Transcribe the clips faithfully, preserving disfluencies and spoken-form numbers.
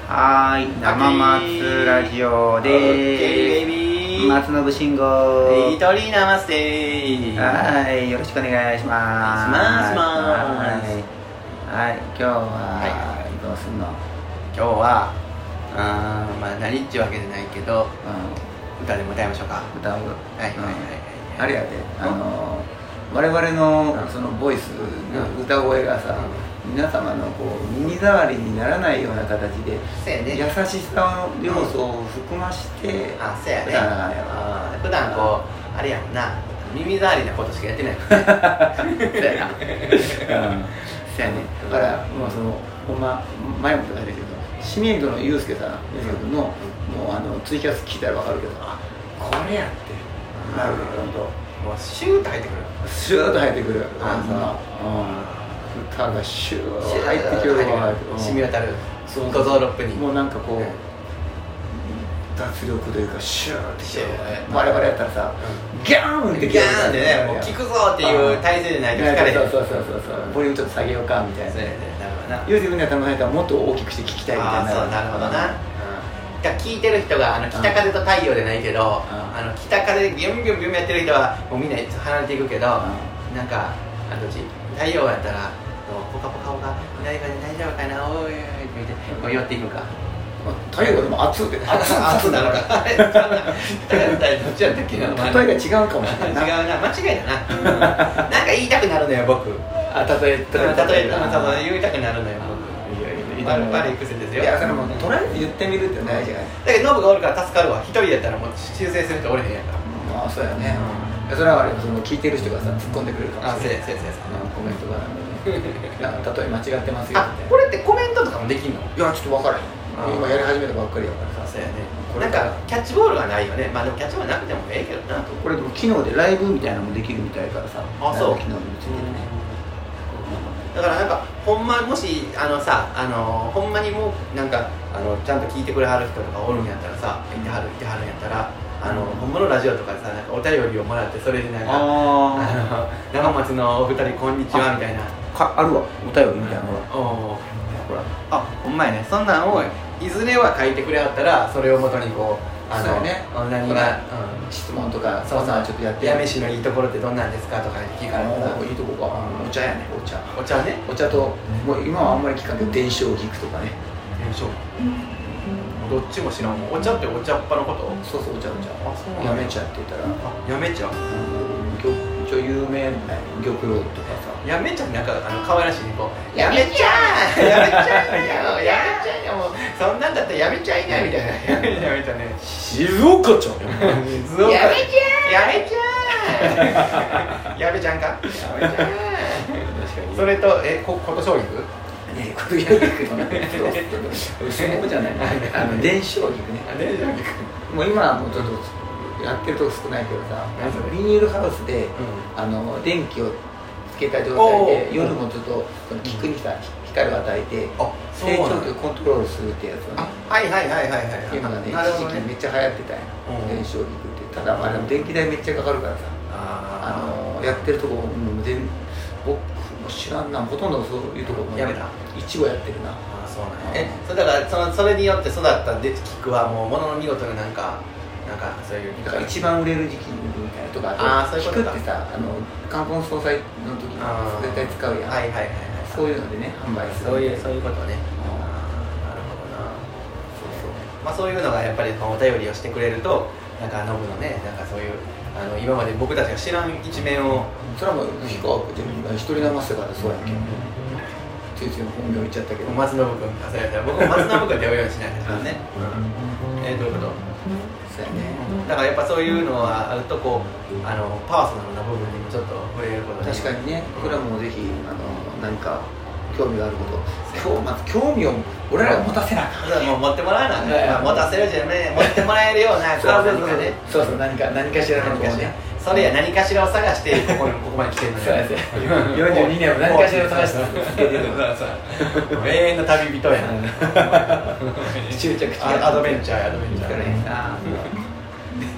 はーい、生松ラジオでーす。松信慎吾一人ナマステー。 はい、よろしくお願いします。 ますますはい、はい、今日は、 はい、 どうすんの？ 今日はあー、まあ何っちゅうわけじゃないけど、うん、歌でも歌いましょうか。 歌う。はいはいはいはい、はい、 あれやで、あの我々のそのボイス、うん、歌声がさ、うん、皆様のこう耳障りにならないような形で、ね、優しさの要素を含まして、うん、 あ、そうやね。 あ普段こうあれやもんな、耳障りなことしかやってないもんね。 そうやな。うん、そうやね。だからもうそのほんま前も言ったけど、知名度のユースケさん、ユースケ君の、もうあのツイキャス聞いたらわかるけど、あ、これやってなるけど。 もうシューッと入ってくるシューッと入ってくるあの、うん、歌がシューッと入ってくるわ、 染み渡る五臓六腑にもうなんかこう、うん、脱力というかシューッてきて我々やったらさ、うん、ギャーンってギャーンってね、もう聞くぞっていう体勢でないと聞かれへん。 そうそうそうそう、ボリュームちょっと下げようかみたいな。そうやね、なるほどな。ユースケ君には頼まれたらもっと大きくして聞きたいみたいな。 ああ、そう、なるほどな。聞いてる人があの北風と太陽でないけど、あの北風でビュンビュンビュンやってる人はもうみんな離れていくけど、なんかあの太陽やったらポカポカポカ誰かで大丈夫かな、おいおいってこう寄っていくか。 太陽でも熱って熱熱なのか。どっちやったっけな。 例えが違うかもしれない。 違うな、間違いだな。なんか言いたくなるのよ僕。 あ、例え例え例え言いたくなるのよ僕。悪い癖ですよ。 いや、それもとりあえず言ってみるって大事じゃない。 だけどノブがおるから助かるわ。一人やったらもう修正する人おれへんやから。 まあそうやね。それはあれ、その聞いてる人がさ突っ込んでくれるかもしれない。 あ、そうやそうやそうや。 コメントがなんか例え間違ってますよみたいな。 これってコメントとかもできんの？ いや、ちょっと分からへん。今やり始めたばっかりやからさ。 そうやね。なんかキャッチボールがないよね。まあでもキャッチボールなくてもええけどな。 これでも機能でライブみたいなのもできるみたいからさ。 あ、そう。 機能についてるね。 だからなんかほんまもしあのさあのほんまにもうなんかあのちゃんと聞いてくれはる人とかおるんやったらさ、いてはるいてはるんやったら、あの本物ラジオとかでさ、なんかお便りをもらって、それでなんかあの長松のお二人こんにちはみたいなかあるわ、お便りみたいなのが。 おほら、あ、ほんまやね。そんなんをいずれは書いてくれはったら、それをもとにこうあのね、 何が質問とか、 そうそう、 ちょっとやって八女市のいいところってどんなんですかとか聞かれたら、 いいとこか、お茶やね、お茶お茶ね、 お茶と、もう今はあんまり聞かんけど伝承菊とかね。 伝承どっちも知らんもん。お茶ってお茶っ葉のこと？ そうそう、お茶お茶。 あ、そうやめ茶って言ったら、 やめ茶、 ちょ有名な玉露とかさ、 やめ茶なんかあの可愛らしいこう、やめちゃーやめちゃーよやめちゃーよ、もうそんなんだったらやめちゃいなみたいな。やめちゃやめちゃね、 静岡ちゃん静岡やめちゃーやめちゃーやめちゃんか、やめちゃーそれと、え、こ琴奨菊、 ね、これやるけどね、そうじゃない、あの伝承菊ね。 伝承菊、 もう今はもうちょっとやってるとこ少ないけどさ、ビニールハウスで、あの電気をつけた状態で夜もちょっと菊にさ光を与えて成長とコントロールするってやつをね。 はいはいはいはいはい。 っていうのがね、一時期めっちゃ流行ってたんや、伝承菊って。ただあれ電気代めっちゃかかるからさ、あのやってるとこも全僕も知らんな、ほとんどそういうとこもやめた。 一部やってるな。 ああ、そうなんや。え、それだからそのそれによって育った菊はもうものの見事ななんかなんかそういうだから一番売れる時期みたいなとか、あと菊ってさ、あの冠婚葬祭の時に絶対使うやん。 はいはいはいはい。 そういうのでね、販売する。 そういうそういうことね。ああ、なるほどな。そうそう。まあそういうのがやっぱりお便りをしてくれると、なんかノブのね、なんかそういうあの今まで僕たちが知らん一面を、 それはもう非科学で一人生せからそうやんけん。ついつい本名言っちゃったけど。 松信君、あ、そうやったら僕も松信君って呼ぶようにしないからね。え、どういうこと？ そうやね。 だからやっぱそういうのはあるとこうあのパーソナルな部分にもちょっと触れることで、 確かにね、これはもうぜひあの何か興味があること、今日まず興味を俺らが持たせなあかん。 もう持ってもらわなあかん。持たせるじゃね、持ってもらえるようなそうそうそうね、そうそう、何か何かしらのこうね、 それや何かしらを探してここにここまで来てるのよ。 そうですよ。よんじゅうにねんも何かしらを探して続けてる。 永遠の旅人やな。 執着アドベンチャーやアドベンチャー。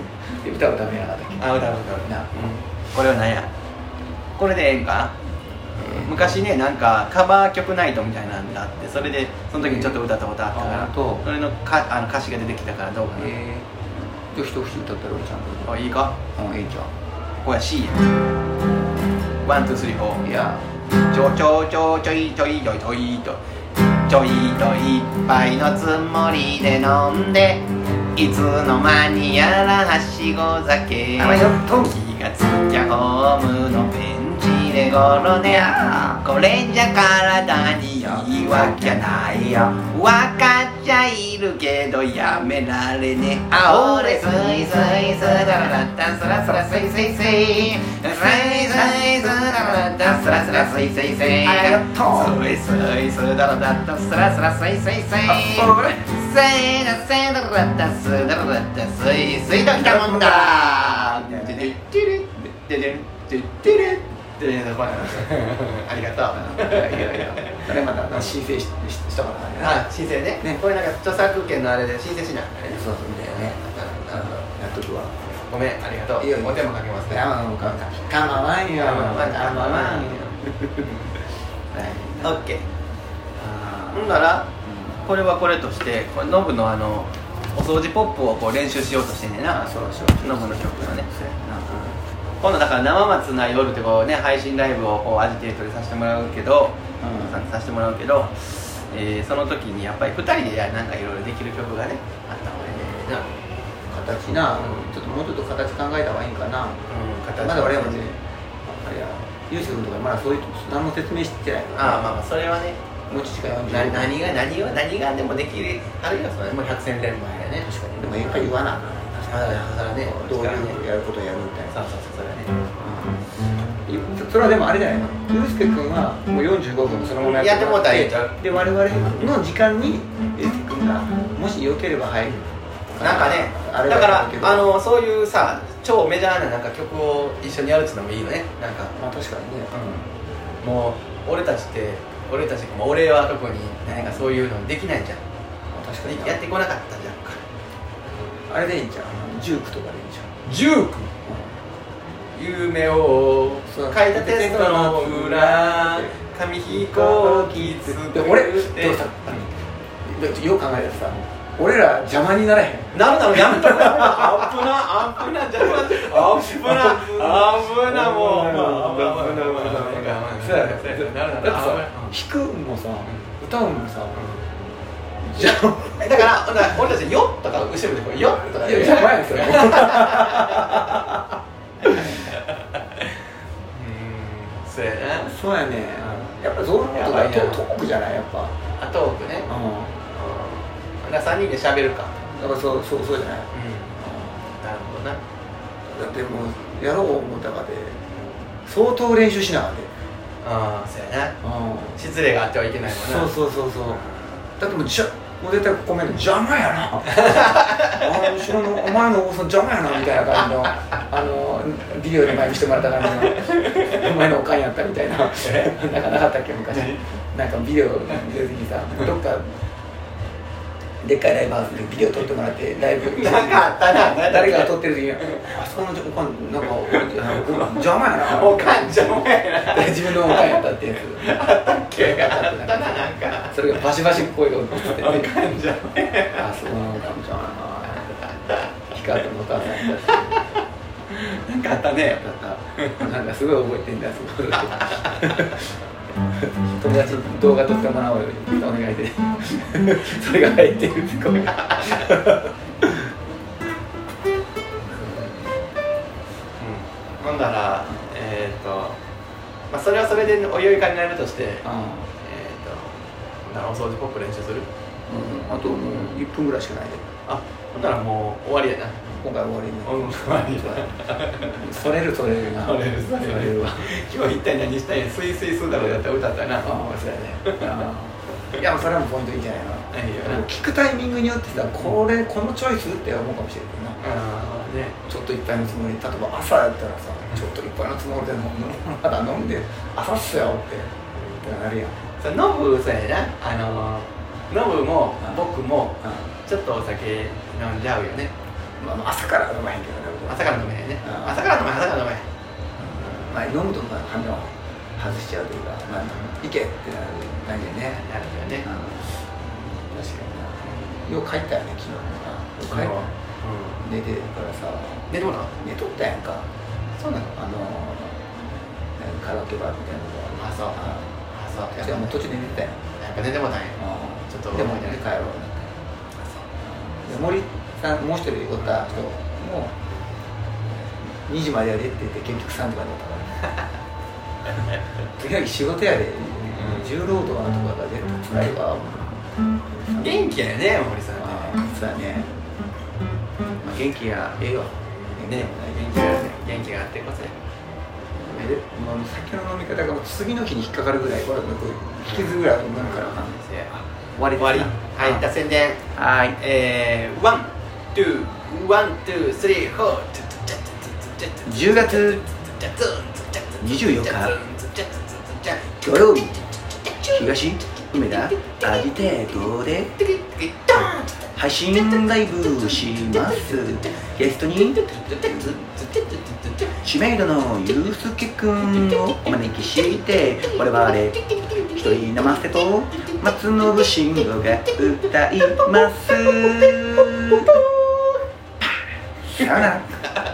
歌うためやなだっけ。 あ、歌う歌うな。これは何や。これでええんか。 昔ねなんかカバー曲ナイトみたいなのがあってそれでその時にちょっと歌ったことあったから、それのかあの歌詞が出てきたからどうかな。 えー、一口歌ったら俺ちゃんと。 あいいか。 うんいいじゃん。 これは C や。ワンツースリーフォー。 いやちょちょちょちょいちょいちょいちょいとちょいといっぱいのつもりで飲んでいつの間にやらはしご酒。 あよと気がつきゃホームのベンチでゴロ寝。これじゃ体にいいわけないよ。わかっちゃいるけどやめられねえ。あ俺スイスイスダララッタスラスラスイスイスイスイスイスダララッタスラスラスイスイスイスイスイスダララッタスラスラスイスイスイスイダセダララッタスダララッタスイスイときたもんだ。ででででででででありがとう。 いやいやそれまた申請 し, し, したからね。 あ申請ね。ねこれなんか著作権のあれで申請しないからね。 そうそうみたいなね。 なるほど。 やっとくわ。 ごめんありがとう。 いやいやお手もかけますね。 いやもうかかまわんよ。 かまわんかまわんよ。オッケー。ほんならこれはこれとしてこれノブのあのお掃除ポップをこう練習しようとしてんねんな。 そうそう。 ノブの曲のね。今度だから生松な夜ってこうね配信ライブをこうアジテートでさせてもらうけど、うん、させてもらうけど、えー、その時にやっぱりふたりでなんかいろいろできる曲がねあった方がいいな。 形な、うん、ちょっともうちょっと形考えた方がいいんかな。うん、形まだ俺もね、あれや、ユース君とかまだそういう何も説明してないから。 ああまあまあそれはね。 もうち近いように。 何が何が何がでもできるあるいはそれもう百戦錬磨やね。 確かに。でもやっぱり言わなあかん。 だからね、 どういうやることをやるみたいな。 そうそうそうそれはね。 それはでもあれじゃないの。ゆうすけ君はもうよんじゅうごふんそのままやってもらったらいいじゃん。 で我々の時間にゆうすけ君がもしよければ入る。 なんかね、だからあのそういうさ超メジャーななんか曲を一緒にやるっていうのもいいよね。なんかまあ確かにね。 うん、もう俺たちって俺たちも俺は特に何かそういうのできないじゃん。 確かにやってこなかったじゃんか。 あれでいいんじゃん。ジュークとかでいいんじゃん。 ジューク、うん、夢を書いたテストの裏紙飛行機作って俺どうしたよく考えたらさ俺ら邪魔にならへん。 なるなるやめとこう。アップなアップな邪魔アップなアップなもうアップなもうそうやね。だってさ弾くもさ歌うもさじゃだから俺たちよっとか後ろでこうよっとかいや邪魔やんそれ。うんそうやな。 そうやね。やっぱそういうことだ。トークじゃないやっぱ。 あトークね。うん。だからさんにんで喋るか。 だからそうそうそうじゃない。うん。 なるほどな。 だってもうやろう思ったかで相当練習しながらで。 ああそうやな。失礼があってはいけないもんな。 そうそうそうそう。だってもうじゃもう絶対コメント邪魔やな。あの後ろのお前のおさん邪魔やなみたいな感じのあのビデオで前にしてもらった感じのお前のおかんやったみたいな。なんかなかったっけ昔。なんかビデオ出る時にさどっかでっかいライブハウスでビデオ撮ってもらってライブなんかあったな。 誰かが撮ってる時にあそこのおかんなんか邪魔やな。 おかん邪魔やな。 自分のおかんやったってやつ。 あったっけ。あったななんか。 それがバシバシ声が落ちてて、ね、 おかん邪魔やな。 あそこのおかん邪魔やな。ヒカトのお母さんやったし。 なんかあったね。 なんかすごい覚えてんだよ。すごい。友達に動画撮ってもらおうよお願いでそれが入ってるって声がほんならえっ、ー、とまあそれはそれでお湯いかになるとして、えっ、ー、とならお掃除ポップ練習する、 うん、あともういっぷんぐらいしかないで。 あほんならもう終わりやな。 今回終わりに。 終わりそれるそれるな。 それるそれるわ。今日一体何したんや。スイスイスーだろうだったら歌ったな。 ああそうやね。いやそれはもうポイントいいんじゃないかな。 いいよな。 聞くタイミングによってさこれこのチョイスって思うかもしれないな。 ああね。ちょっといっぱいのつもり。例えば朝やったらさちょっといっぱいのつもりでまだ飲んで朝っすよってってなるやん。 それノブそうやな。あのノブも僕もちょっとお酒飲んじゃうよね。 まあ、朝から飲まへんけどね。 朝から飲めへんね。朝から飲めへん、朝から飲めへん。 まあ、飲むとかはめは。 外しちゃうというか、まあ、行けってなる感じでね。 なるほどね、 うん、確かにな。よう帰ったよね昨日もな。よう帰った、うん、寝てるからさ。 寝とうな寝とったやんか。 そうなの。 あのカラオケバーみたいなのが。 あそうあそうじゃあもう途中で寝てたやん。 やっぱ寝てもたんや。ちょっとでもで帰ろうな。森さんもう一人おった人もにじまでやでって言って結局さんじまでおったからとにかく仕事やで、重労働なところが絶対辛いわ。 元気やね森さんね。 そうやね、まあ、元気やええよね、元気がね、元気があってこそや。 もう酒の飲み方がもう次の日に引っかかるぐらい、これ引きずるぐらい飲むから。終わりです。 終わり。はい、じゃあ宣伝。 はい。 えー、ワン、ツー、ワン、ツー、スリー、フォー。 じゅうがつにじゅうよっか土曜日、東梅田アジテートで配信ライブします。ゲストに知名度のゆうすけくんをお招きして我々一人生瀬と松信慎吾が歌います。さよなら。